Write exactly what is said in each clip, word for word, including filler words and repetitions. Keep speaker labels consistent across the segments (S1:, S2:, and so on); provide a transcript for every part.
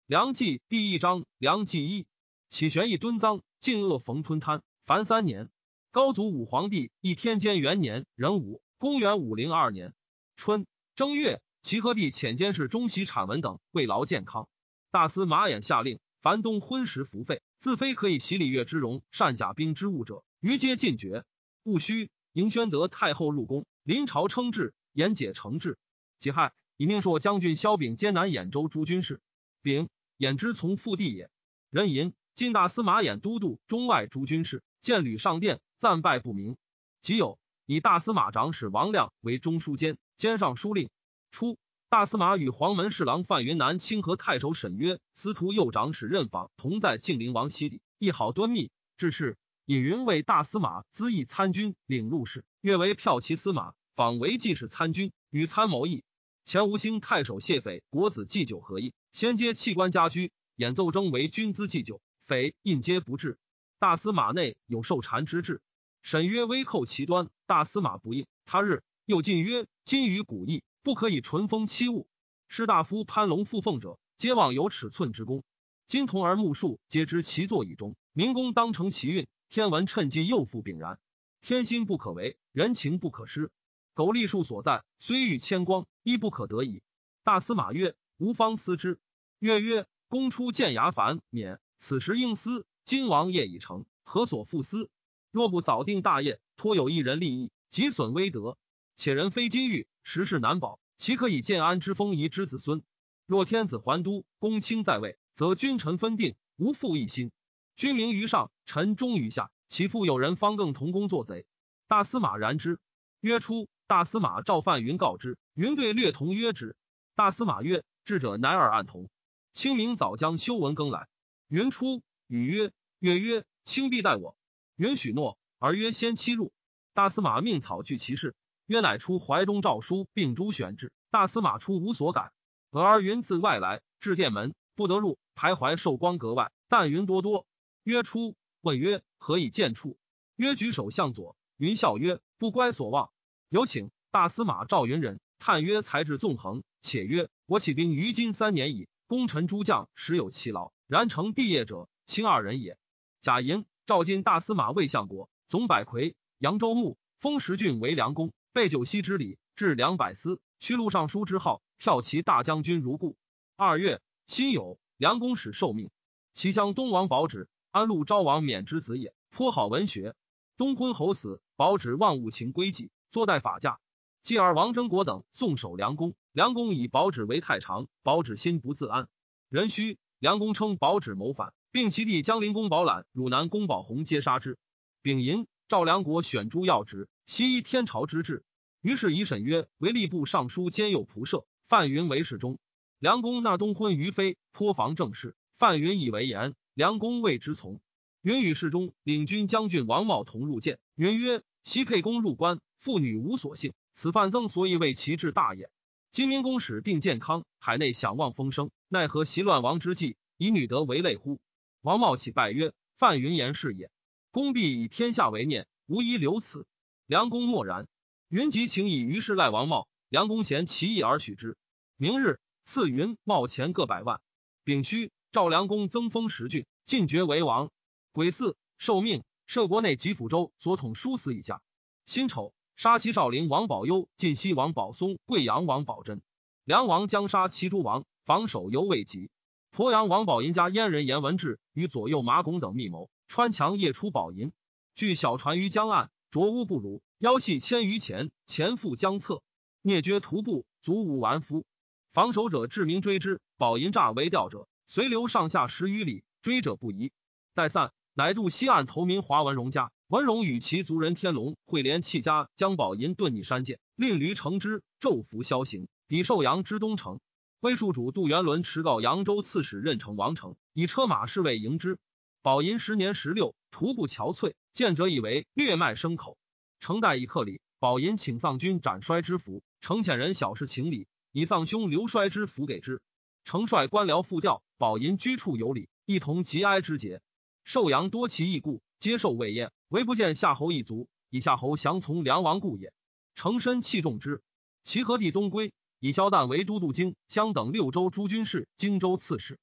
S1: 梁冀第一章。梁冀一，启玄义敦赃，晋恶冯吞贪，凡三年。高祖武皇帝一天监元年壬午，公元五零二年春正月，齐桓帝遣监事中喜产文等慰劳健康。大司马衍下令，凡冬荤食服废，自非可以袭礼乐之容，善甲兵之物者，于皆尽绝。戊戌，迎宣德太后入宫，临朝称制，严解惩治。己亥，以命朔将军萧秉兼南兖州诸军事。秉，兖之从父弟也。壬寅，晋大司马兖都督中外诸军事，见吕上殿，赞拜不明。己酉，以大司马长史王亮为中书监，兼尚书令。初，大司马与黄门侍郎范云南清河太守沈约、司徒右长史任访同在晋灵王西地，一好敦密。至是，尹云为大司马资议参军，领录事，约为骠骑司马，访为记事参军，与参谋议。前吴兴太守谢斐国子祭酒合议，先接弃官家居，演奏征为军资祭酒，斐印皆不至。大司马内有受禅之志，沈约微寇其端，大司马不应。他日又进曰：今于古义，不可以淳风欺物。士大夫攀龙附凤者，皆望有尺寸之功。今童儿目数，皆知其作以终。民公当成其运，天文趁机又复炳然。天心不可为，人情不可失。苟立数所在，虽遇千光，亦不可得矣。大司马曰：吾方思之。曰曰：公出谏牙繁免，此时应思。今王业已成，何所复思？若不早定大业，托有一人利益，极损威德。且人非金玉，时势难保，岂可以建安之风仪之子孙？若天子还都，公卿在位，则君臣分定，无复一心。君明于上，臣忠于下，岂复有人方更同工作贼？大司马然之。曰初，大司马召范云告之，云对略同曰之。大司马曰：智者乃尔暗同。清明早将修文庚来。云出，语曰：月曰：卿必待我。云许诺，而曰先期入。大司马命草具其事。曰乃出怀中诏书，并诸选制。大司马出无所改。俄而云自外来，至殿门，不得入，徘徊寿光阁外。但云多多。曰出，问曰：何以见处？曰举手向左。云笑曰：不乖所望。有请。大司马赵云人，叹曰：才智纵横。且曰：我起兵于今三年矣，功臣诸将实有其劳，然成帝业者，卿二人也。贾银，赵晋大司马魏相国，总百魁，扬州牧，封石郡为梁公，备九锡之礼，至两百司，驱路尚书之号，骠骑大将军如故。二月，辛酉，梁公使受命。其乡东王保旨，安陆昭王冕之子也，颇好文学。东昏侯死，保旨万物情归己，坐待法驾。继而王征国等送守梁公，梁公以保旨为太常，保旨心不自安。壬戌，梁公称保旨谋反，并其弟江陵公保览、汝南公保弘皆杀之。丙寅，赵梁国选诸要职，悉依天朝之制。于是以沈约为吏部尚书兼右仆射，范云为侍中。梁公纳东昏于妃，颇防政事，范云以为严，梁公谓之从。云与侍中领军将军王茂同入见，云曰：袭沛公入关，妇女无所幸，此范增所以为其志大也。今明公使定健康，海内享望风声，奈何袭乱王之计，以女德为累乎？王茂起拜曰：范云言是也。公必以天下为念，无宜留此。梁公默然。云即请以于是赖王茂，梁公嫌其意而许之。明日，赐云茂钱各百万。丙戌，赵梁公增封十郡，进爵为王。癸巳，受命，摄国内及抚州所统书司以下。辛丑，杀其少陵王保佑、晋西王保松、贵阳王保真。梁王将杀其诸王，防守犹未及。鄱阳王保寅家燕人严文志与左右马拱等密谋，穿墙夜出保寅，据小船于江岸，着屋不如，腰系千余钱，前赴江侧，聂绝徒步，卒五完夫。防守者至明追之，保寅诈为钓者，随流上下十余里，追者不疑。待散，乃渡西岸投民华文荣家，文荣与其族人天龙会连弃家，将保寅遁匿山涧，令驴乘之，骤伏萧行，抵寿阳之东城。魏戍主杜元伦持告扬州刺史任城王城，以车马侍卫迎之。保寅时年十六，徒步憔悴，见者以为略卖牲口。程代以克礼，保寅请丧君斩衰之服，程遣人小事情礼，以丧兄刘衰之服给之。程率官僚复调，保寅居处有礼，一同节哀之节。寿阳多其义故，接受未焉，唯不见夏侯一族，以夏侯降从梁王故也。程深器重之。齐桓帝东归，以萧旦为都督京、襄等六州诸军事、荆州刺史。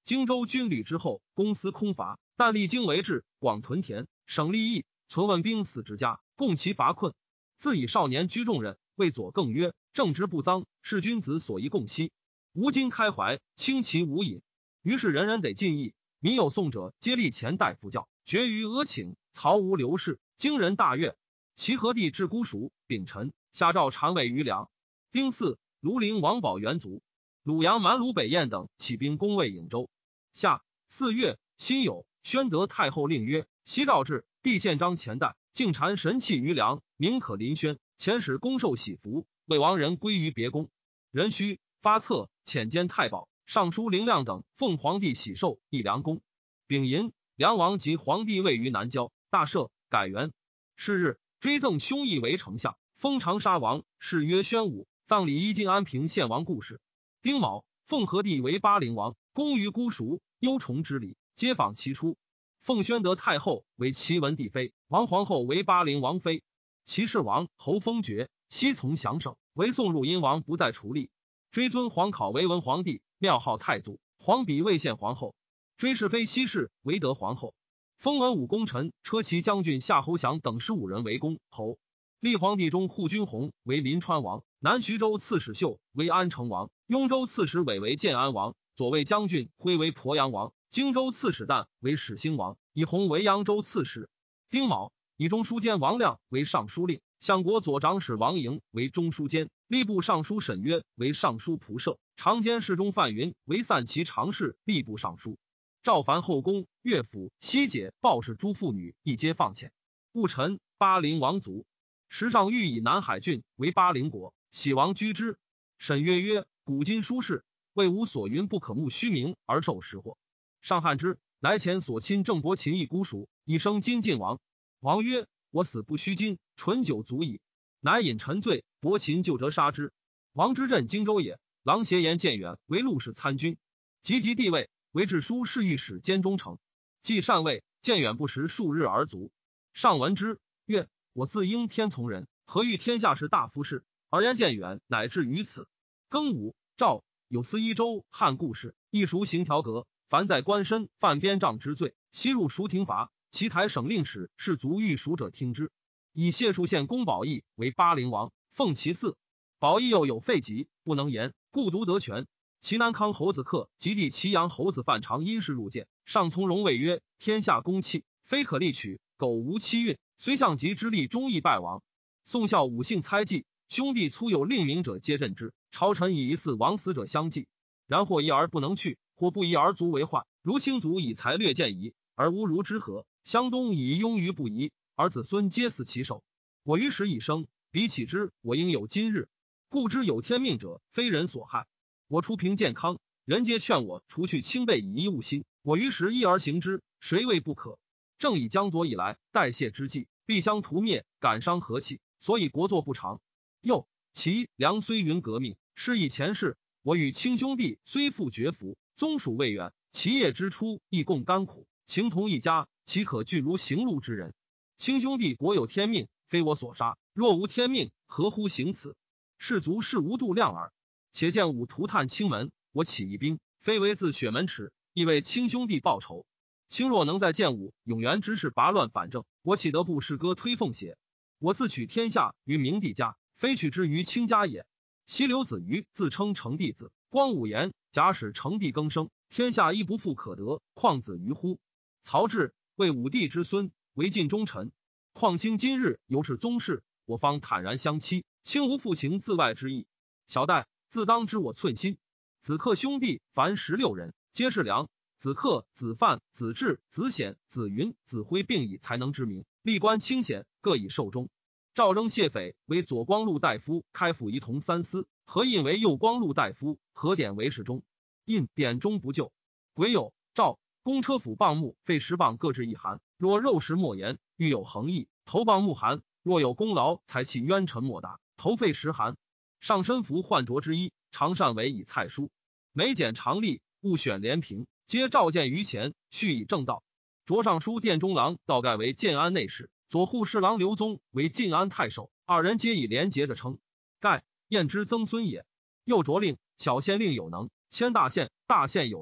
S1: 荆州军旅之后，公私空乏，但立京为治，广屯田，省利益，存问兵死之家，共其乏困。自以少年居重任，谓左更曰：正直不赃，是君子所宜共惜。吾今开怀，轻其无隐。于是人人得进义，民有宋者，皆立前代服教，绝于阿请，曹无刘氏，惊人大悦。齐和帝至姑蜀，丙辰，下诏禅位于梁。丁巳，庐陵王宝元卒。鲁阳蛮卢北燕等起兵攻魏颍州。夏四月，辛酉，宣德太后令曰：西诏至，帝宪章前代，敬禅神器于梁，名可临宣。前使公受喜服，魏王人归于别宫。壬戌，发策遣监太保、尚书凌亮等奉皇帝喜寿诣梁宫。丙寅，梁王及皇帝位于南郊，大赦，改元。是日，追赠兄义为丞相，封长沙王，谥曰宣武。葬礼依晋安平献王故事。丁卯，奉和帝为巴陵王，攻于姑蜀，忧崇之礼，皆访其出。奉宣德太后为齐文帝妃，王皇后为巴陵王妃。齐氏王侯封爵，西从降省，唯宋入殷王不再除吏。追尊皇考为文皇帝，庙号太祖，皇比魏献皇后。追氏妃西氏为德皇后。封文武功臣车骑将军夏侯祥等十五人为公侯。立皇帝中护军弘为临川王，南徐州刺史秀为安城王，雍州刺史韦为建安王，左卫将军徽为鄱阳王，荆州刺史旦为始兴王，以弘为扬州刺史。丁卯，以中书监王亮为尚书令，相国左长史王营为中书监，吏部尚书沈约为尚书仆射，长监侍中范云为散骑常侍、吏部尚书。赵凡后宫、乐府、西解、鲍氏诸妇女一皆放遣。戊辰，巴陵王卒。时上欲以南海郡为巴陵国，喜王居之。沈约曰：古今书事，为吾所云不可慕虚名而受实祸。上汉之，来前所亲郑伯秦邑姑蜀，以生金晋王。王曰：我死不虚金，醇酒足矣。乃引沉醉，伯秦就折杀之。王之镇荆州也，郎协言建远为陆氏参军，及即帝位，为治书侍御史兼中丞。既禅位，建远不食数日而卒。上闻之，曰：我自应天从人，何欲天下士大夫事，而言建远乃至于此。庚午，赵有司一州汉故事，一熟行条阁，凡在官身犯边杖之罪，悉入赎庭罚。其台省令史士卒欲赎者听之。以谢树县公保义为巴陵王，奉其嗣。保义又有废疾，不能言，故独得权。齐南康侯子克及弟齐阳侯子范长因事入见，上从容谓曰：天下公器，非可力取，苟无欺运，虽相及之力终亦败亡。宋孝武性猜忌，兄弟粗有令名者皆镇之，朝臣以疑似亡死者相继。然或疑而不能去，或不疑而卒为患。如卿族以才略见疑，而无如之何；湘东以庸于不疑，而子孙皆死其手。我于时已生，彼岂知我应有今日？故知有天命者，非人所害。我初平健康，人皆劝我除去轻悖以一物心，我于时一而行之，谁谓不可？正以江左以来代谢之际，必相屠灭，感伤和气，所以国祚不长。又其梁虽云革命，失以前世。我与亲兄弟虽复绝服，宗属未远，其业之初亦共甘苦，情同一家，岂可惧如行路之人？亲兄弟国有天命，非我所杀，若无天命，何乎行此？士卒是无度量耳。且见武涂炭青门，我起义兵，非为自雪门耻，亦为亲兄弟报仇。卿若能在建武永元之事拔乱反正，我岂得不诗歌推奉邪？我自取天下于明帝家，非取之于卿家也。昔刘子瑜自称成帝子，光武言假使成帝更生，天下亦不复可得，况子瑜乎？曹植为武帝之孙，为晋忠臣。况卿今日犹是宗室，我方坦然相欺，卿无负情自外之意。小戴自当知我寸心。子克兄弟凡十六人，皆是良。子克、子范、子智、子显、子云、子辉并以才能之名，历官清显，各以寿终。赵征谢斐为左光禄大夫，开府仪同三司；何印为右光禄大夫，何典为侍中。印典中不就。癸酉，赵公车府棒木费十棒各置一函，若肉食莫言，欲有恒毅，投棒木函；若有功劳，才气冤臣莫答，投费十函。上身服换着之衣，常善为以蔡书。每检常例，勿选廉平，皆召见于前，续以正道。着尚书殿中郎道盖为建安内侍，左护侍郎刘宗为晋安太守，二人皆以廉洁着称。盖燕之曾孙也。又着令小县令有能，迁大县，大县有能，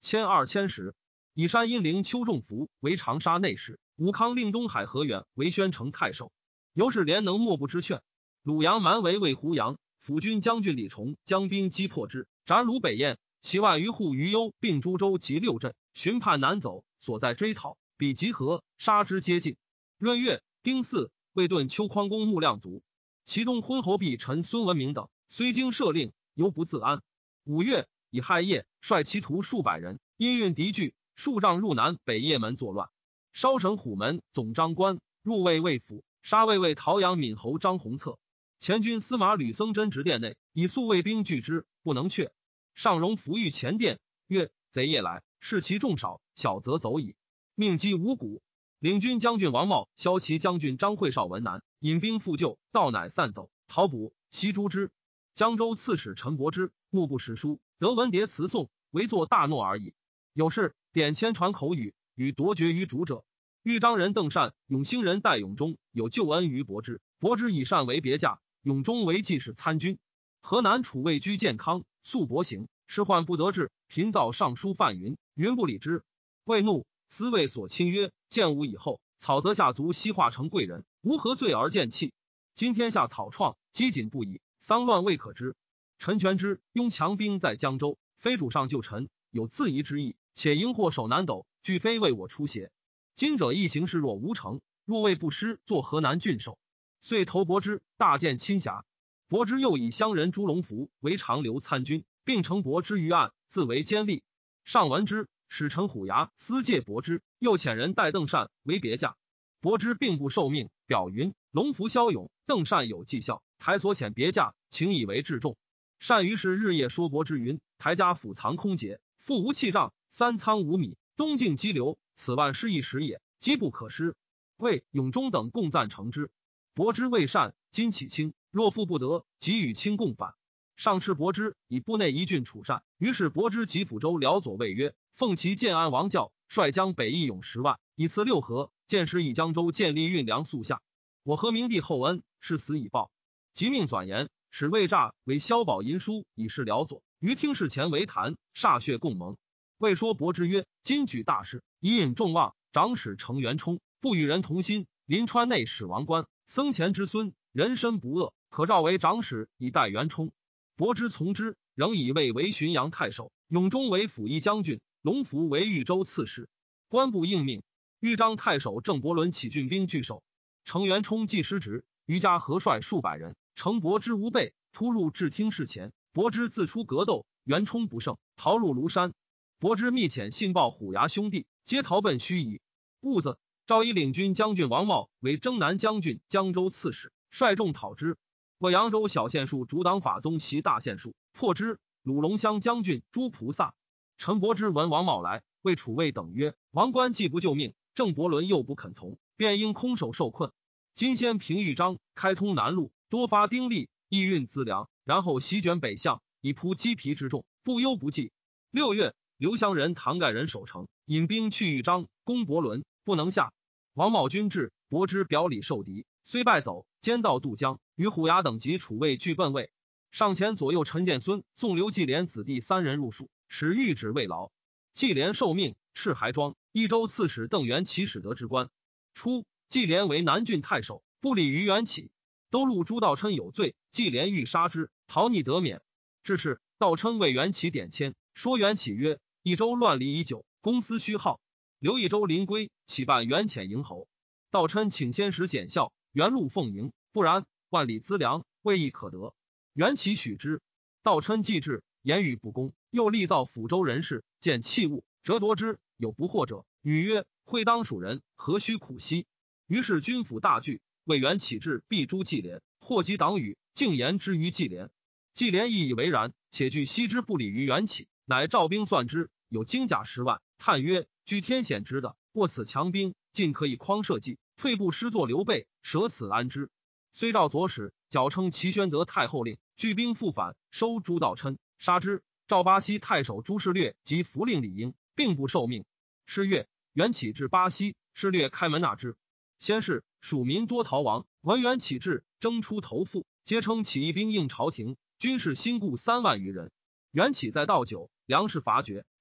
S1: 迁二千石。以山阴陵邱仲福为长沙内史，武康令东海河远为宣城太守。由是连能莫不知劝。鲁阳蛮为魏胡杨，辅军将军李崇将兵击破之，斩虏北燕，其万余户于幽并株洲及六镇，寻叛南走，所在追讨，彼集合，杀之皆尽。闰月丁巳，魏顿丘匡公穆亮卒。其东昏侯弼臣孙文明等虽经赦令，犹不自安。五月，以亥夜，率其徒数百人，因运敌具，数丈入南北邺门作乱。烧省虎门总章官，入魏魏府，杀魏魏陶阳闵侯张弘策。前军司马吕僧真执殿内，以速魏兵拒之，不能却。上荣伏御前殿，曰：贼夜来，视其众少，小则走矣。命击五谷。领军将军王茂、骁骑将军张会绍闻难，引兵复救，道乃散走，讨捕，袭诛之。江州刺史陈伯之目不识书，得文牒辞送，唯作大诺而已。有事点签传口语，与夺爵于主者。豫章人邓善、永兴人戴永忠有救恩于伯之，伯之以善为别驾，永忠为记事参军。河南楚卫居健康，素薄行，事患不得志，频造上书范云，云不理之。魏怒，思魏所亲曰：建武以后，草泽下族西化成贵人，无何罪而见弃。今天下草创，积谨不已，丧乱未可知。陈全之拥强兵在江州，非主上救陈，有自疑之意，且因祸守南斗，俱非为我出邪。今者一行事若无成，若未不失，作河南郡守。遂投伯之，大见亲侠。伯之又以乡人朱龙福为长留参军，并承伯之于案，自为监吏。上闻之，使陈虎牙私借伯之，又遣人代邓善为别驾。伯之并不受命，表云：龙福骁勇，邓善有绩效，台所遣别驾，请以为至重。善于是日夜说伯之云：台家府藏空竭，腹无气胀，三仓无米，东晋激流，此万失一时也，机不可失。魏永忠等共赞成之。伯之未善，今起轻，若复不得，即与卿共反。上敕伯之以部内一郡处善，于是伯之及抚州辽左卫曰：奉其建安王教，率将北义勇十万，以赐六合。建时以江州建立运粮速下。我和明帝厚恩，是死以报。即命转言，使魏诈为萧宝银书，以示辽左。于听事前为谈，歃血共盟。魏说伯之曰：今举大事，以引众望，长史程元冲不与人同心，临川内史王冠，僧虔之孙，人身不恶，可召为长史，以待元冲。伯之从之，仍以魏为浔阳太守，永忠为辅义将军，龙福为豫州刺史。官不应命。豫章太守郑伯伦起郡兵拒守，程元冲既失职，于家合率数百人，程伯之无备，突入至厅室前，伯之自出格斗，元冲不胜，逃入庐山。伯之密遣信报虎牙兄弟，皆逃奔盱眙。兀子，赵以领军将军王茂为征南将军、江州刺史，率众讨之。为扬州小县数主党法宗袭大县数，破之。鲁龙乡将军朱菩萨。陈伯之闻王茂来，谓楚卫等曰：王冠既不救命，郑伯伦又不肯从，便应空手受困。今先平豫章，开通南路，多发丁力，易运资粮，然后席卷北向，以扑鸡皮之众，不忧不济。六月，刘乡人唐盖人守城，引兵去豫章，攻伯伦，不能下。王茂军至，伯之表里受敌，虽败走，兼到渡江，与虎牙等及楚卫俱奔魏。上前左右陈建孙、宋刘季廉子弟三人入蜀，使谕旨慰劳。季廉受命，敕还庄。益州刺史邓元起使得之官。初，季廉为南郡太守，不礼于元起。都路朱道琛有罪，季廉欲杀之，逃匿得免。至是，道琛为元起点签，说元起曰：益州乱离已久，公私虚耗。刘益州临归，启办元遣迎侯。道琛请先时检校，原路奉迎，不然，万里资粮，未易可得。元起许之。道琛既至，言语不公，又力造抚州人士，见器物，折夺之。有不惑者，语曰：会当属人，何须苦惜？于是军府大惧，魏元起至，必诛季廉，祸及党羽，竟言之于季廉。季廉亦以为然，且惧悉之不礼于元起，乃召兵算之，有精甲十万。叹曰：居天险之的，握此强兵，尽可以匡社稷，退步失作刘备，舍此安之。虽召左使，矫称齐宣德太后令，聚兵复返，收朱道琛，杀之。赵巴西太守朱士略及符令李英，并不受命。是月，元起至巴西，士略开门纳之。先是，蜀民多逃亡，闻元起至，征出投附，皆称起义兵应朝廷，军士新故三万余人。元起在道久，粮食乏绝，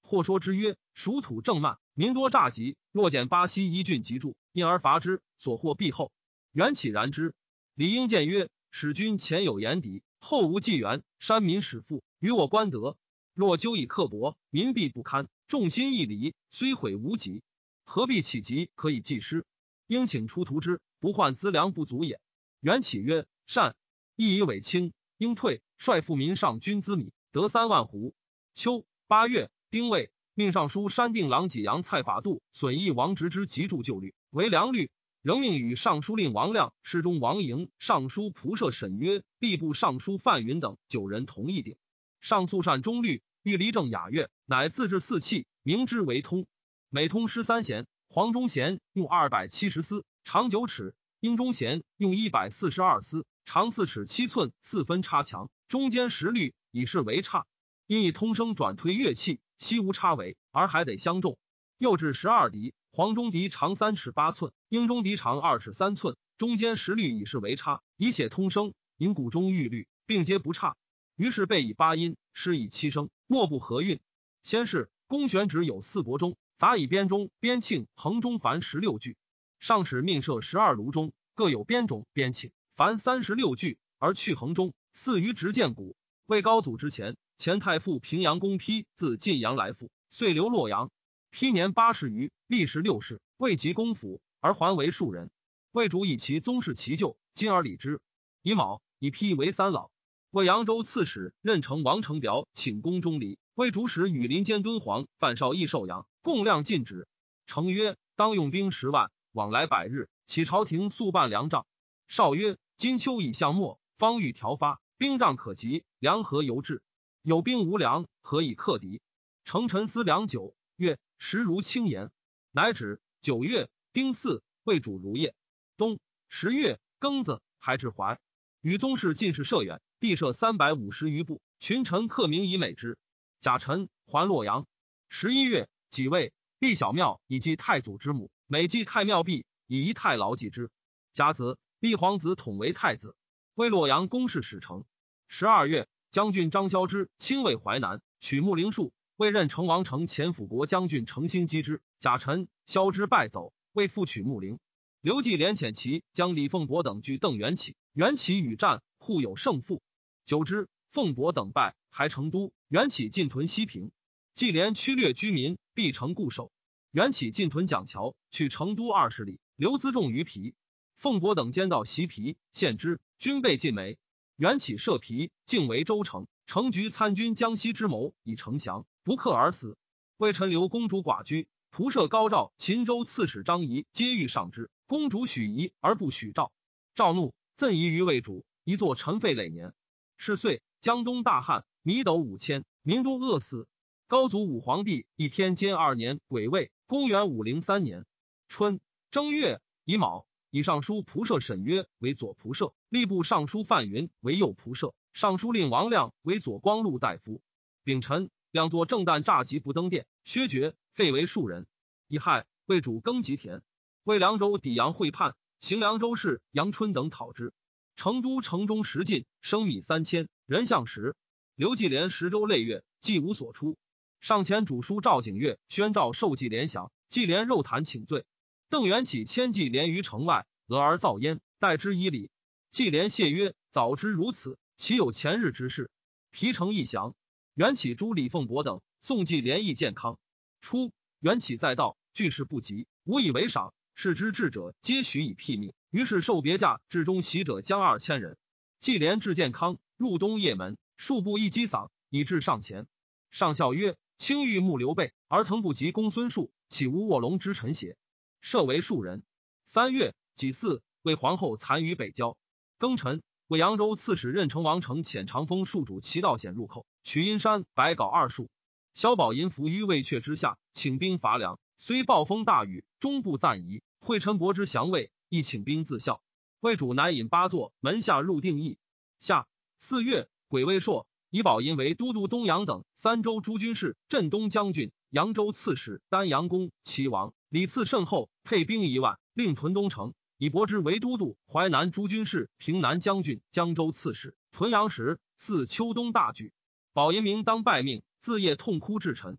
S1: 或说之曰：属土正慢，民多诈疾，若减巴西一郡即住，因而伐之，所获必厚。袁启然之。李应见曰：使君前有言敌，后无纪元，山民始富，与我官德。若纠以刻薄，民必不堪，众心亦离，虽毁无极，何必起急可以济师？应请出图之，不患资粮不足也。袁启曰：善。亦以伪卿，应退，率富民上军资米，得三万斛。秋八月，丁未，命尚书山定郎济阳蔡法度损益王直之急著旧律，为良律。仍命与尚书令王亮、侍中王莹、尚书仆射沈约、吏部尚书范云等九人同意定。上诉善中律，欲离正雅乐，乃自制四器，名之为通。每通诗三弦，黄中弦用二百七十丝，长九尺；英中弦用一百四十二丝，长四尺七寸，四分插墙，中间十律，以是为差。因以通声转推乐器，悉无插尾，而还得相中。又至十二笛，黄中笛长三尺八寸，英中笛长二尺三寸，中间十律，以是为差，以写通声。引鼓中玉律，并皆不差。于是备以八音，诗以七声，莫不合韵。先是公选址有四国中，杂以编中、编磬、衡中凡十六句。上使命设十二炉中，各有编种、编磬，凡三十六句，而去衡中，四于执剑鼓。魏高祖之前，前太傅平阳公丕自晋阳来复，遂留洛阳。丕年八十余，历时六世，未及公府，而还为庶人。魏主以其宗室其旧，今而礼之。乙卯，以丕为三老。魏扬州刺史任城王承表请宫中礼，魏主使羽林监敦煌范绍义受阳，共量禁止。承曰：当用兵十万，往来百日，启朝廷速办粮帐。绍曰：今秋已向末，方欲调发，兵仗可及，粮何由至？有兵无粮，何以克敌？承沉思良久，曰：实如轻言。乃止。九月，丁巳，魏主如夜。冬十月，庚子，还至淮。与宗室进士涉远，地设三百五十余步，群臣刻名以美之。甲辰，还洛阳。十一月，己未，立小庙以祭太祖之母，每祭太庙毕，以一太牢祭之。甲子，立皇子统为太子，为洛阳公事使成。十二月，将军张萧之亲卫淮南，取穆陵树，为任成王城前辅国将军程心击之。甲辰，萧之败走，为复取穆陵。刘季连遣其将李凤伯等拒邓元起，元起与战，互有胜负。久之，凤伯等败，还成都。元起进屯西平，季连驱掠居民，必城固守。元起进屯蒋桥，去成都二十里，留辎重于皮。凤伯等兼到袭皮，献之，军备尽没。元起设皮，竟为州城，成局参军江西之谋，以成降，不克而死。魏陈留公主寡居，仆射高照、秦州刺史张仪皆欲上之，公主许仪而不许赵。赵怒，赠仪于魏主，一作陈废累年。是岁，江东大旱，米斗五千，民多饿死。高祖武皇帝一天监二年，癸未，公元五零三年春正月乙卯，以尚书仆射沈约为左仆射，吏部尚书范云为右仆射，尚书令王亮为左光禄大夫。丙辰，亮作正旦诈疾不登殿，削爵，废为庶人。乙亥，魏主耕吉田，为凉州抵阳会叛，行凉州市杨春等讨之。成都城中食尽，生米三千，人相食。刘季连十州累月，既无所出。上前主书赵景岳宣诏受季连降，季连肉弹请罪。邓元起迁季连于城外，俄而造焉，待之以礼。季连谢曰：早知如此，岂有前日之事？皮城一降。元起诛李凤伯等，宋季连益健康。初，元起在道，巨事不及，无以为赏，视之智者皆许以辟命。于是受别驾至中袭者将二千人。季连至健康，入东掖门，数步一击嗓，以至上前。上笑曰：卿欲慕刘备，而曾不及公孙述，岂无卧龙之臣邪？设为庶人。三月己巳，为皇后残于北郊。庚辰，为扬州刺史任城王城遣长风戍主齐道显入寇，取阴山、白缟二戍。萧宝银伏于魏阙之下，请兵伐梁，虽暴风大雨，终不暂移。会陈伯之降魏，亦请兵自效。魏主乃引八座门下入定邑。夏四月，癸未朔，以宝银为都督东阳等三州诸军事、镇东将军、扬州刺史、丹阳公、齐王。礼赐甚厚，配兵一万，令屯东城。以伯之为都督淮南诸军事、平南将军、江州刺史。屯阳时，似秋冬大举。宝银明当拜命，自夜痛哭至晨。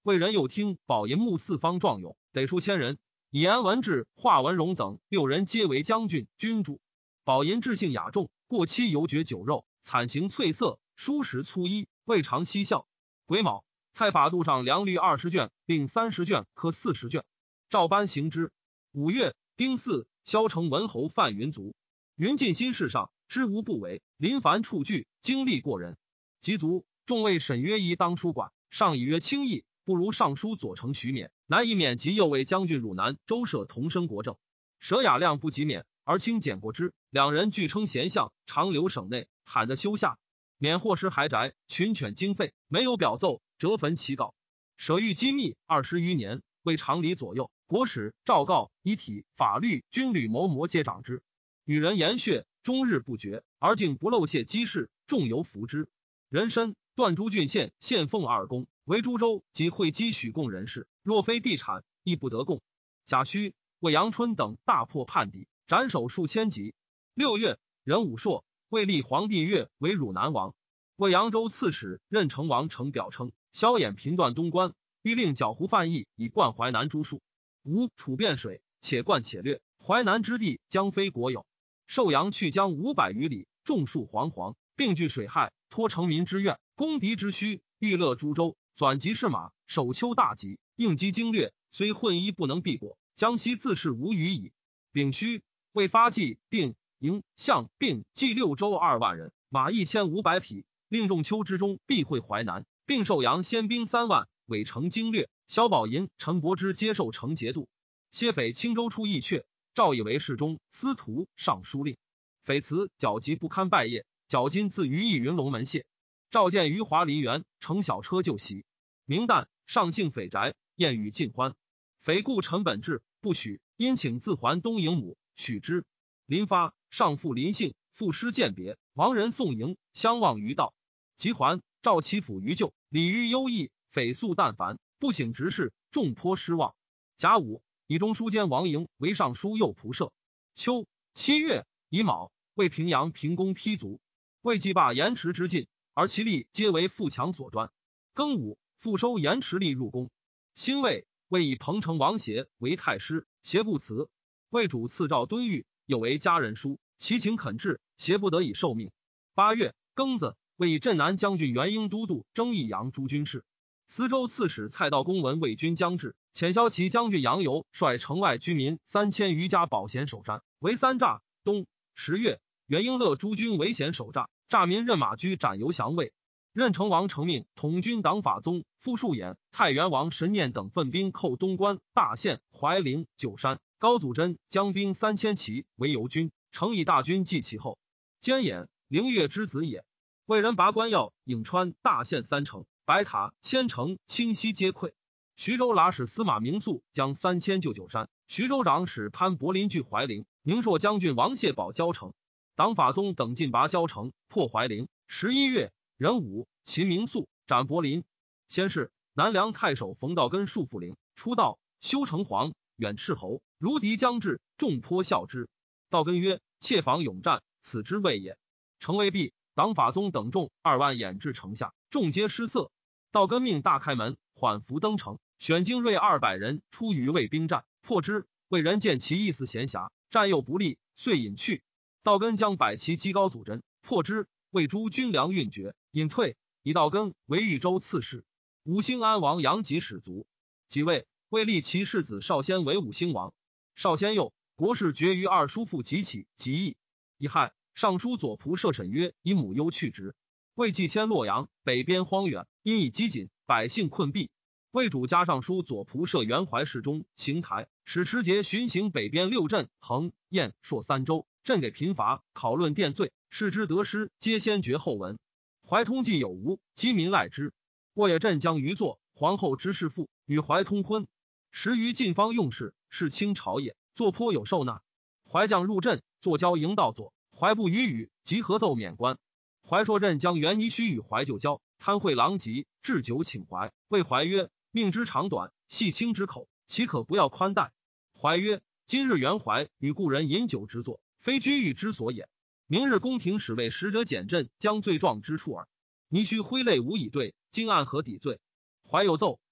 S1: 魏人又听宝银木四方壮勇，得数千人，以颜文志、华文荣等六人皆为将军、军主。宝银志性雅重，过期犹嚼酒肉，惨形翠色，舒食粗衣，未尝嬉笑。癸卯，蔡法度上良律二十卷，并三十卷，刻四十卷，照班行之。五月丁巳，萧城文侯范云卒。云尽心事上，知无不为，临凡处具，经历过人。及卒，众谓沈约宜当书馆，上以曰轻易，不如尚书左丞徐勉，难以免及右卫将军汝南周舍同生国政。舍雅量不及免，而轻简过之，两人俱称贤相，常留省内，罕的休下。免或失还宅，群犬经费，没有表奏，折焚其稿。舍欲机密二十余年，为常理左右，国史、诏告、遗体、法律、军旅谋谋皆长之。与人言血，终日不绝，而竟不漏泄机事，众犹服之。人参段诸郡县献奉二公，为株洲及会稽许贡人士，若非地产，亦不得贡。贾诩、魏阳春等大破叛敌，斩首数千级。六月，任武硕魏立皇帝岳为汝南王，魏扬州刺史任成王呈表称，萧衍频断东关，欲令剿胡范义以灌淮南诸戍。吴楚汴水，且灌且掠，淮南之地将非国有。寿阳去江五百余里，众戍惶惶，并据水害，托成民之怨，攻敌之需，欲勒株洲，转及士马，首丘大吉，应击经略，虽混衣不能避过，江西自是无虞矣。丙戌，为发计定营相并计六州二万人，马一千五百匹，令仲秋之中必会淮南，并授阳先兵三万，委成经略。萧宝银、陈伯之接受成节度。谢匪青州出义阙，诏以为侍中、司徒、尚书令。匪辞矫疾不堪拜谒，矫今自于义云龙门谢。召见于华梨园，乘小车就席。明旦，上幸匪宅，宴与尽欢。匪故陈本志不许，因请自还东营母，许之。临发，上父临幸，赋诗饯别，亡人送迎，相望于道。及还，召其府于旧，礼于优异，匪素但凡，不省直事，众颇失望。甲午，以中书监王营为尚书右仆射。秋七月，乙卯，为平阳平公批卒。为祭罢延迟之禁，而其吏皆为富强所专。庚午，复收延迟吏入宫。辛未，为以彭城王协为太师，协不辞。为主赐诏敦谕，有为家人书，其情恳至，协不得已受命。八月庚子，为以镇南将军元英都督征益阳诸军事。司州刺史蔡道公闻魏军将至，遣骁骑将军杨游率城外居民三千余家保险守山，为三栅。冬十月，元英乐诸军为险守栅，栅民任马居斩游降魏。任成王承命，统军党法宗、傅树衍、太原王神念等分兵寇东关、大县、怀陵、九山。高祖真将兵三千骑为游军，诚以大军继其后。监衍，灵越之子也。魏人拔关要、颍川、大县三城，白塔、千城、清溪皆溃。徐州剌史司马明肃将三千救九山，徐州长史潘伯林据怀陵，宁朔将军王谢保交城。党法宗等进拔交城，破怀陵。十一月，壬午，秦明肃，斩伯林。先是，南梁太守冯道根戍富陵，出道，修城隍，远斥侯，如敌将至，众颇笑之。道根曰：妾防勇战，此之谓也。城未毕，党法宗等众二万掩至城下，众皆失色。道根命大开门，缓伏登城，选精锐二百人出于魏兵战，破之。魏人见其意思闲暇，战又不利，遂隐去。道根将百骑击高祖真，破之。魏诸军粮运绝，隐退，以道根为豫州刺史。武兴安王杨吉始卒，即位，魏立其世子少先为武兴王。少先幼，国事决于二叔父及起及义。乙亥，尚书左仆射沈约以母忧去职。魏继迁洛阳，北边荒远，因以饥馑，百姓困弊。魏主加尚书左仆射袁怀侍中邢台，使持节巡行北边六镇，衡、燕、朔三州，镇给贫乏，考论殿罪，视之得失，皆先决后闻。怀通既有无，饥民赖之。沃野镇将余作皇后之侍妇，与怀通婚。时于晋方用事，是清朝也，作颇有受纳。怀将入镇，坐交营道左，怀不与语，即合奏免官。怀朔镇将元尼须与怀就交，贪会狼藉，置酒请怀。谓怀曰：命之长短，系卿之口，岂可不要宽待？怀曰：今日元怀与故人饮酒之作，非居欲之所也。明日宫廷使为使者检镇将罪状之处耳。尼须挥泪无以对，今案何抵罪？怀有奏，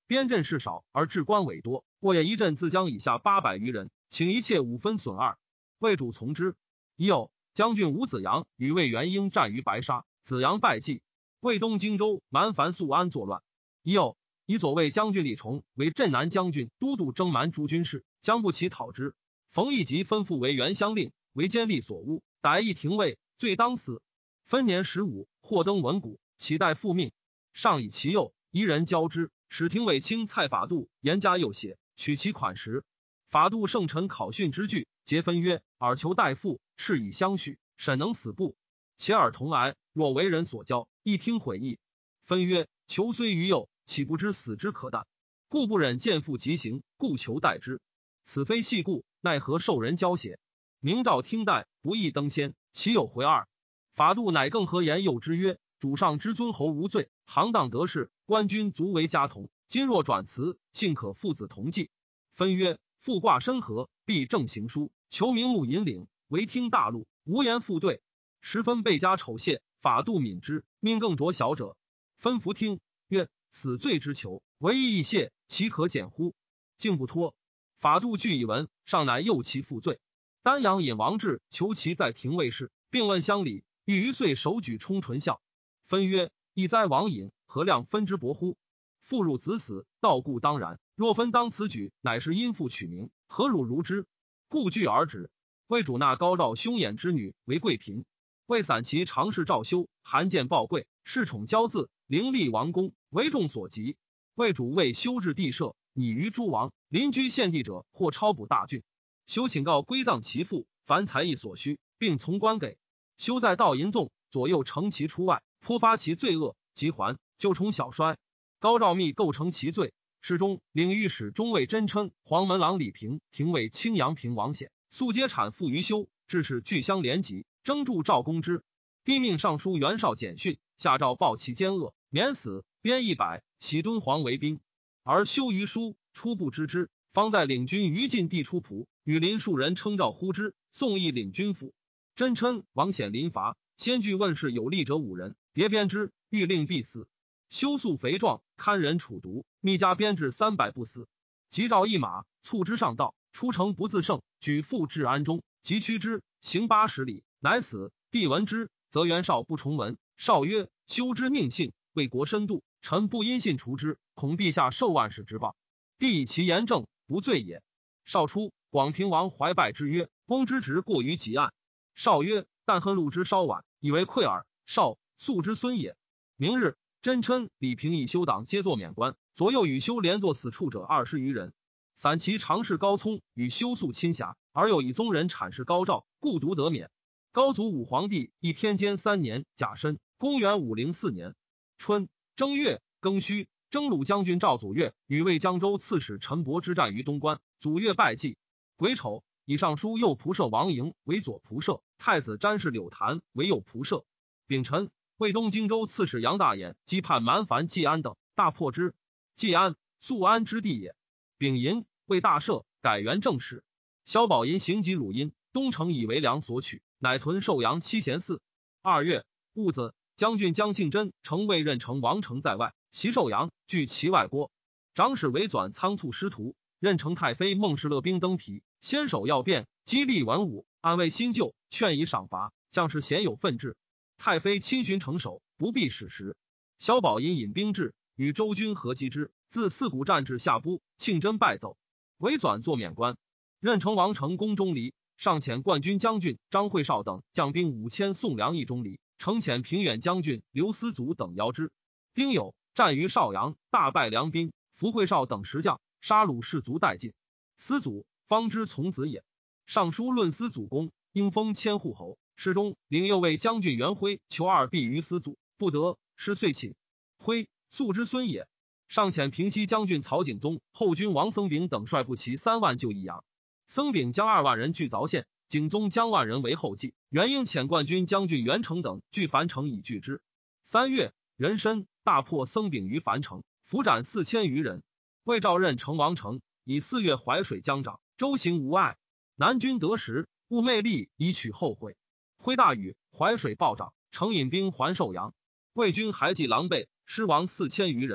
S1: 边镇事少而治官委多，沃野一镇自将以下八百余人，请一切五分损二。魏主从之。已有将军吴子阳与魏元英战于白沙，子阳败绩。魏东荆州蛮樊肃安作乱。已有以左卫将军李崇为镇南将军，都督征蛮诸军事，将不起讨之。冯异吉吩咐为元乡令，为监吏所诬，逮一廷尉，罪当死。分年十五，获登文谷，乞待复命。上以其右，一人交之，使廷尉卿蔡法度严加右写，取其款时。法度圣臣考训之具，皆分曰：尔求代父，斥以相许，审能死不？且尔同癌，若为人所教，一听悔意。分曰：求虽于右，岂不知死之可惮？故不忍见父疾行，故求代之。此非细故，奈何受人教写？明诏听代，不易登仙，其有回二？法度乃更和言诱之曰：主上之尊侯无罪，行当得势，官军足为家同。今若转辞，幸可父子同祭。分曰：复挂申河，必正行书，求名目引领，唯听大怒，无言复对。十分倍加丑谢，法度敏之，命更着小者。分服听，曰：死罪之囚，唯一易谢，其可减乎？竟不托。法度据以闻，上乃诱其负罪。丹阳尹王志求其在廷尉事，并问乡里，欲于岁手举冲唇笑。分曰：亦哉王尹，何量分之薄乎？父汝子死，道故当然。若分当此举，乃是因父取名，何汝如之？故据而止。魏主纳高赵兄衍之女为贵嫔。魏散骑常侍赵修韩见报贵，恃宠骄恣，凌厉王公，为众所及。魏主为修治地社，拟于诸王，邻居献地者或超补大郡。修请告归葬其父，凡才艺所需，并从官给。修在道淫纵，左右乘其出外，颇发其罪恶，即还，就冲小衰。高赵密构成其罪。侍中、领御史中尉真琛、黄门郎李平、廷尉青阳平王显，素皆产附于修，致使俱相连及，征助赵公之。帝命尚书袁绍简训，下诏报其奸恶，免死，鞭一百，起敦煌为兵。而修于书初不知之，方在领军于晋地出仆，与邻数人称诏呼之，宋义领军府。真琛、王显临伐，先据问事有力者五人，迭鞭之，欲令必死。修素肥壮，堪忍处毒，密加鞭治三百不死。即召一马，促之上道，出城不自胜，举父至安中，即驱之，行八十里，乃死。帝闻之，则袁绍不重闻。绍曰：修之佞信，为国深度，臣不因信除之，恐陛下受万世之谤。帝以其言正，不罪也。绍出，广平王怀拜之曰：公之职过于极案。绍曰：但恨禄之稍晚，以为愧耳。绍素之孙也。明日，真琛、李平以修党皆作免官，左右与修连坐死处者二十余人。散骑常侍高聪与修素亲侠，而又以宗人阐释高照，故独得免。高祖武皇帝一天监三年，甲申，公元五零四年春正月庚戌，征虏将军赵祖岳与魏江州刺史陈伯之战于东关，祖岳败绩。癸丑，以尚书右仆射王营为左仆射，太子詹事柳谭为右仆射。丙辰，魏东荆州刺史杨大眼击叛蛮樊季安等，大破之。季安，肃安之地也。丙寅，为大赦，改元正史。萧宝寅行及鲁阴，东城以为粮所取，乃屯寿阳七贤寺。二月戊子，将军江庆真乘魏任城王城在外，袭寿阳，据其外郭。长史韦纂仓促师徒，任城太妃孟氏勒兵登皮，先手要变，激励文武，安慰新旧，劝以赏罚，将士鲜有奋志。太妃亲巡城守，不避使时。萧宝寅引兵至，与周军合击之，自四谷战至下都，庆真败走。韦纂作免官。任城王城攻钟离，上遣冠军将军张惠绍等将兵五千送粮一钟离，城遣平远将军刘思祖等邀之。丁酉，战于邵阳，大败梁兵，伏惠绍等十将，杀虏士卒殆尽。思祖，方之从子也。尚书论思祖功，应封千户侯。侍中领右卫将军袁辉求二婢于思祖，不得，师遂寝。辉，素之孙也。上遣平西将军曹景宗、后军王僧炳等率步骑三万就益阳。僧炳将二万人据凿县，景宗将万人为后继。袁应遣冠军将军袁成等据樊城以拒之。三月，壬申，大破僧炳于樊城，俘斩四千余人。魏赵任城王城，以四月淮水将长，周行无碍。南军得时，务魅力以取后会。挥大雨，淮水暴涨，城引兵还寿阳。魏军还计狼狈，失亡四千余人。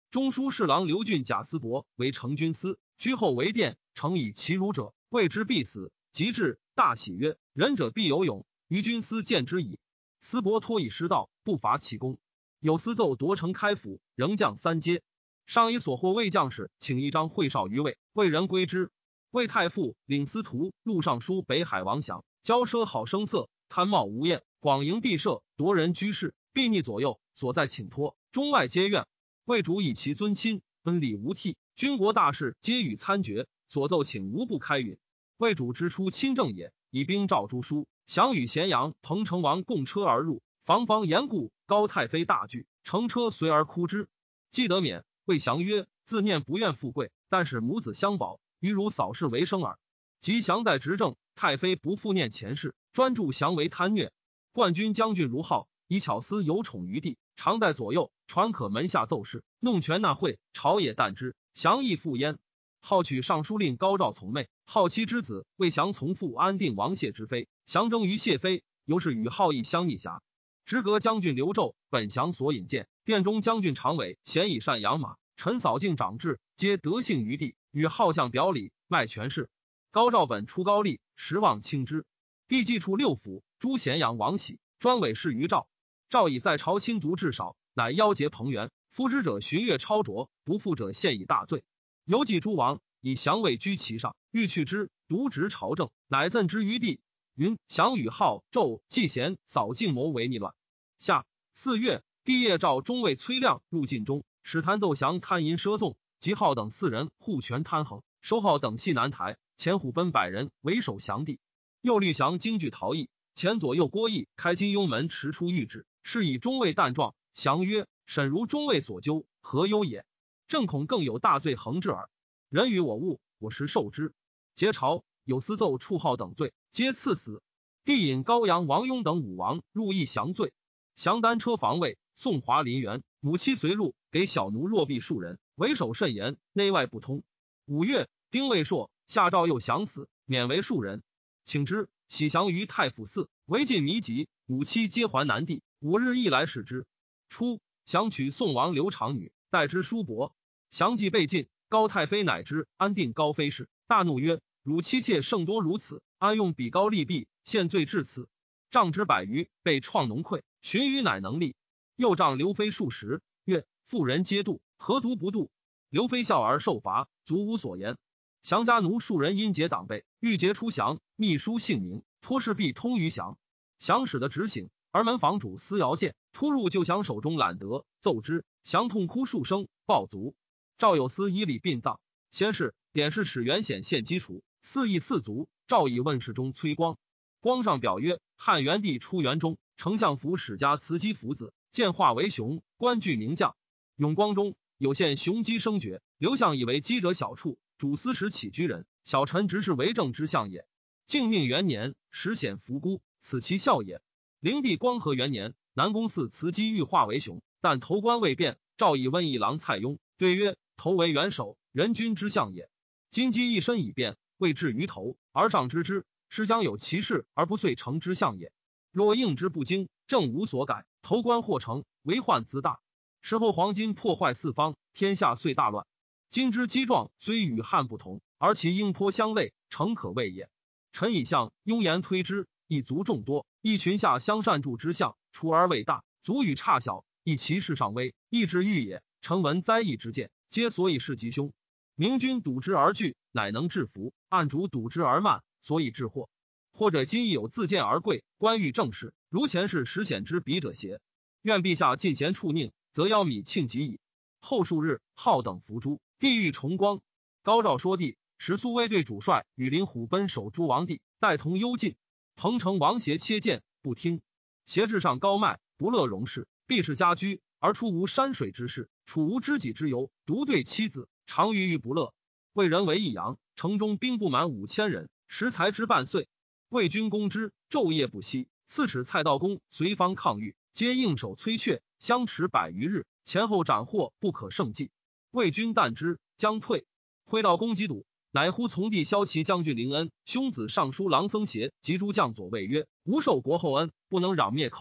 S1: 中书侍郎刘俊贾思伯为成军司，居后为殿，诚以其辱者，谓之必死。及至，大喜曰：仁者必有勇，于军司见之矣。思伯托以失道，不伐其功。有司奏夺城开府，仍降三阶。上以所获魏将士，请一张会少于魏，魏人归之。魏太傅领司徒录尚书北海王祥，骄奢好声色，贪冒无厌，广营地设，夺人居室，避逆左右，所在请托，中外皆怨。魏主以其尊亲，恩礼无替，军国大事皆与参决，所奏请无不开允。魏主之初亲政也，以兵召诸书，降与咸阳、彭城王共车而入，防防严固，高太妃大惧，乘车随而哭之。既得免，魏降曰：自念不愿富贵，但使母子相保，于如扫视为生耳。及降在执政，太妃不复念前事，专注降为贪虐。冠军将军卢浩以巧思有宠于地，常在左右，传可门下奏事，弄权纳贿，朝野惮之，降亦复焉。好取尚书令高照从妹，好妻之子，魏降从父安定王谢之妃，降征于谢妃，由是与好义相逆侠。直阁将军刘胄本降所引荐，殿中将军常伟贤以善养马，陈扫敬长治，皆德幸于地，与好相表里，卖权势。高照本出高丽，实望轻之。帝既处六府，诸咸阳王喜专委事于赵。赵以在朝亲族至少，乃邀结彭元，夫之者巡阅超卓，不复者陷以大罪。犹记诸王以降位居其上，欲去之，独执朝政，乃赠之于地。云降与号纣季贤扫尽谋为逆乱。下四月，帝夜召中尉崔亮入禁中，使谭奏降贪淫奢纵，及号等四人护权贪横，收号等系南台，前虎贲百人为首降地。右律降京剧逃逸，前左右郭义开金庸门持出谕旨，是以中尉弹状。降曰：审如中尉所究，何忧也？正恐更有大罪横至耳。人与我误，我实受之。结朝有私奏触号等罪，皆赐死。帝引高阳王雍等五王入议降罪。降单车防卫，宋华林园，母妻随入，给小奴若婢数人，为首甚严，内外不通。五月，丁未朔，下诏又降死，免为庶人。请之，喜降于太府寺，为晋弥疾，母妻皆还南地。五日亦来使之。初，降娶宋王刘长女，代之叔伯。降既被禁，高太妃乃知安定高妃氏，大怒曰：汝妻妾甚多如此，安用比高利弊，陷罪至此？杖之百余，被创农溃，寻于乃能立。又杖刘妃数十，曰：妇人皆妒，何独不妒？刘妃笑而受罚，足无所言。降家奴数人因结党备，欲结出降，密书姓名，托事必通于降。降使的执省，而门房主司遥见，突入就降手中揽得，奏之，降痛哭数声，暴卒。赵有司以礼殡葬。先是，典事史元显献基础，四义四族。赵以问事中崔光。光上表曰：汉元帝出元中，丞相府史家慈姬福子，见化为雄，官具名将。永光中有献雄姬生爵，刘相以为姬者小处，主司时起居人，小臣直是为政之相也。靖命元年，时显福孤，此其孝也。灵帝光和元年，南宫寺慈姬欲化为雄，但头官未变。赵以温议郎蔡邕对曰：头为元首，人君之相也。今姬一身已变，未至于头，而上知之，是将有其事而不遂成之相也。若应之不精，政无所改，头官或成，为患自大。时候黄巾破坏四方，天下遂大乱。今之激壮虽与汉不同，而其应颇相类，诚可谓也。臣以相庸言推之，一族众多，一群下相善助之相，出而未大，族与差小，亦其事上微，亦之欲也。臣闻灾异之见，皆所以事吉凶。明君笃之而惧，乃能制服；暗主笃之而慢，所以致祸。或者今亦有自见而贵，官欲政事，如前世实显之比者邪？愿陛下进贤处佞，则邀米庆吉矣。后数日，号等伏诛，帝欲重光。高诏说帝，使苏威对主帅羽林虎奔守诸王地，待同幽禁。彭城王协切谏，不听。协至上高迈，不乐容事，必是家居，而出无山水之事，处无知己之由，独对妻子，常郁郁不乐。为人为益阳，城中兵不满五千人，食材之半岁。魏军攻之，昼夜不息。刺史蔡道公随方抗御，皆应手摧却，相持百余日，前后斩获不可胜计。魏军惮之，将退。挥道公击堵，乃呼从弟骁骑将军凌恩、兄子尚书郎僧协及诸将佐谓曰：吾受国厚恩，不能攘灭寇贼，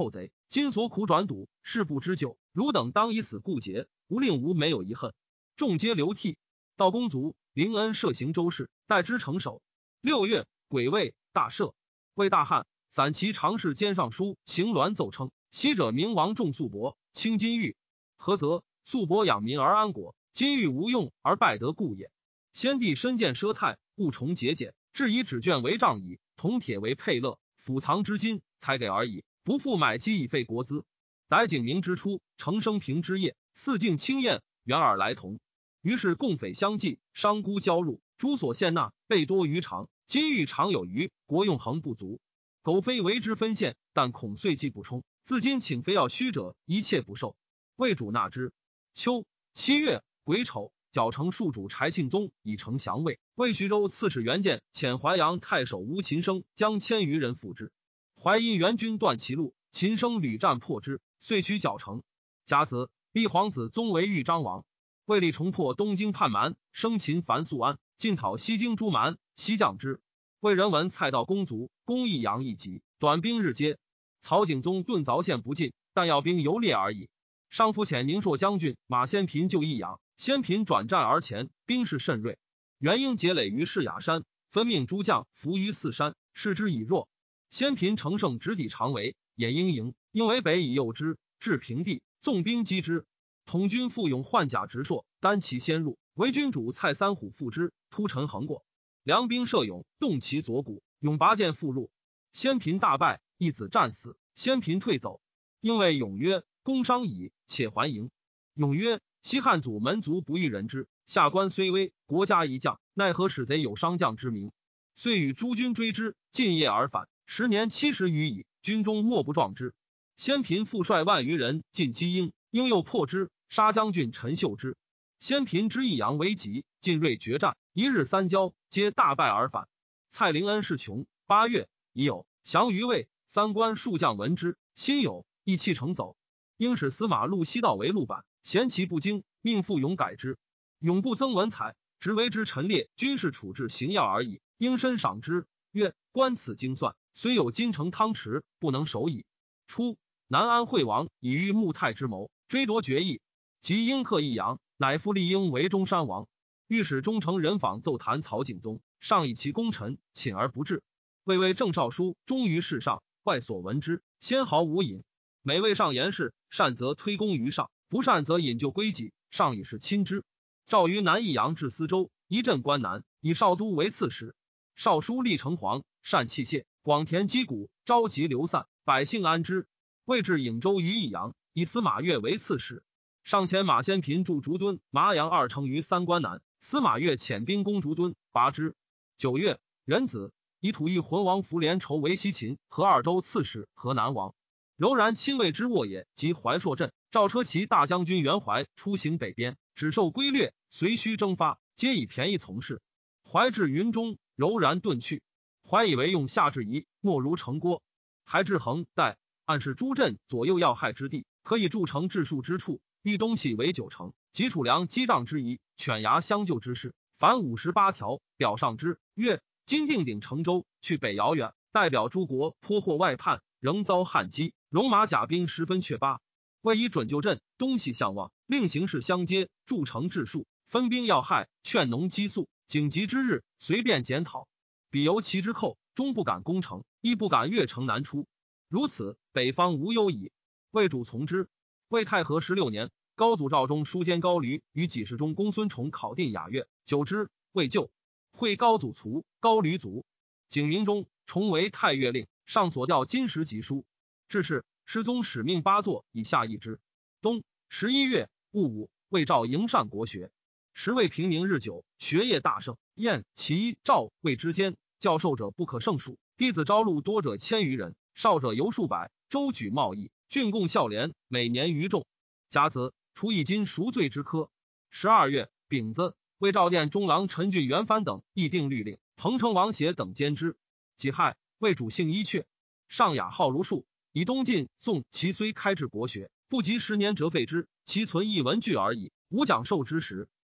S1: 今所苦转堵，事不知久，汝等当以死固节，无令吾没有遗恨。众皆流涕。道公卒，凌恩摄行州事，代之成守。六月，癸未，大赦。魏大汉，散骑常侍监尚书邢鸾奏称，昔者明王重素帛，轻金玉，何则？素帛养民而安国，金玉无用而败得故也。先帝身见奢泰，物重节俭，至以纸卷为杖矣，铜铁为佩勒，府藏之金才给而已，不复买机以费国资。逮景明之初，承生平之业，四境清晏，远耳来同。于是共匪相继，商孤交入，诸所献纳倍多于常，金玉常有余，国用恒不足。苟非为之分献，但恐岁计不充，自今请非要虚者，一切不受。魏主纳之。秋七月，癸丑，矫成庶主柴庆宗以成降魏。魏徐州刺史袁建遣淮阳太守吴秦生将千余人赴之。淮阴援军断其路，秦生屡战破之，遂取绞城。甲子，立皇子宗为豫章王。魏立重破东京叛蛮，生擒樊素安，进讨西京诸蛮，西降之。魏人闻蔡道公卒，公益阳一急，短兵日接。曹景宗顿凿陷不进，但要兵游猎而已。上复遣宁朔将军马先平救益阳，先平转战而前，兵势甚锐。元英结垒于士雅山，分命诸将伏于四山，视之以弱。先平乘胜直抵长围，掩英营，因为北以诱之，至平地，纵兵击之。统军复勇换甲直硕，单骑先入，为军主蔡三虎复之，突陈横过。梁兵射勇，动其左骨，勇拔剑复入。先平大败，一子战死，先平退走。因为勇曰：攻伤矣，且还营。勇曰：西汉祖门族不欲人之，下官虽危，国家一将，奈何使贼有伤将之名？遂与诸军追之，尽夜而返。时年七十余矣，军中莫不壮之。先平复率万余人进击英，英又破之，杀将军陈秀之。先平知益阳为急，进锐决战，一日三交，皆大败而返。蔡灵恩是穷。八月，已有降于魏，三关数将闻之，心有意弃城走。应使司马陆西道为路板，嫌其不精，命复勇改之。勇不增文采，直为之陈列军事处置行要而已。应深赏之，曰：观此精算，虽有金城汤匙，不能守矣。初，南安惠王以欲穆泰之谋，追夺决议，及应克益阳，乃复立应为中山王。御史中丞人访奏弹曹景宗，上以其功臣，寝而不至。魏为正少书，忠于事上，外所闻之，先毫无隐。每位上言事，善则推功于上，不善则引咎归己，上以是亲之。诏于南益阳至司州，一镇关南，以少都为刺史。少书立城隍，善器械，广田击鼓，召集流散，百姓安之。魏至颍州于益阳，以司马越为刺史。上前马先平驻竹墩、麻阳二城于三关南，司马越遣兵攻竹墩，拔之。九月，壬子，以土邑浑王符连筹为西秦和二州刺史、河南王。柔然亲卫之沃也，及怀朔镇，赵车骑大将军袁怀出行北边，只受归略，随须征发，皆以便宜从事。怀至云中，柔然遁去。怀以为用夏至夷，莫如城郭。还至衡代，暗示诸镇左右要害之地，可以筑城治戍之处。豫东西为九城，及储粮击仗之宜，犬牙相救之事，凡五十八条，表上之。曰：今定鼎成州，去北遥远，代表诸国颇获外叛，仍遭汉击。戎马甲兵十分却八，为以准就镇，东西相望，令形势相接，筑城治戍，分兵要害，劝农积粟。紧急之日，随便检讨。彼由其之寇，终不敢攻城，亦不敢越城南出。如此，北方无忧矣。魏主从之。魏太和十六年，高祖赵忠书监高驴与给事中公孙崇考定雅乐，久之，未就。会高祖卒，高驴卒。景明中，崇为太岳令，上所调金石集书。至是，师宗使命八座以下议之。冬十一月戊午，魏赵迎善国学。时魏平宁日久，学业大盛。燕、齐、赵、魏之间，教授者不可胜数，弟子招录多者千余人，少者犹数百。周举贸易，郡贡孝廉，每年余众。甲子，处以金赎罪之科。十二月丙子，魏赵殿中郎陈俊元藩等议定律令，彭城王协等监之。己亥，魏主姓伊阙，上雅好如数。以东晋宋其虽开治国学，不及十年折废之，其存一文句而已，无讲授之时。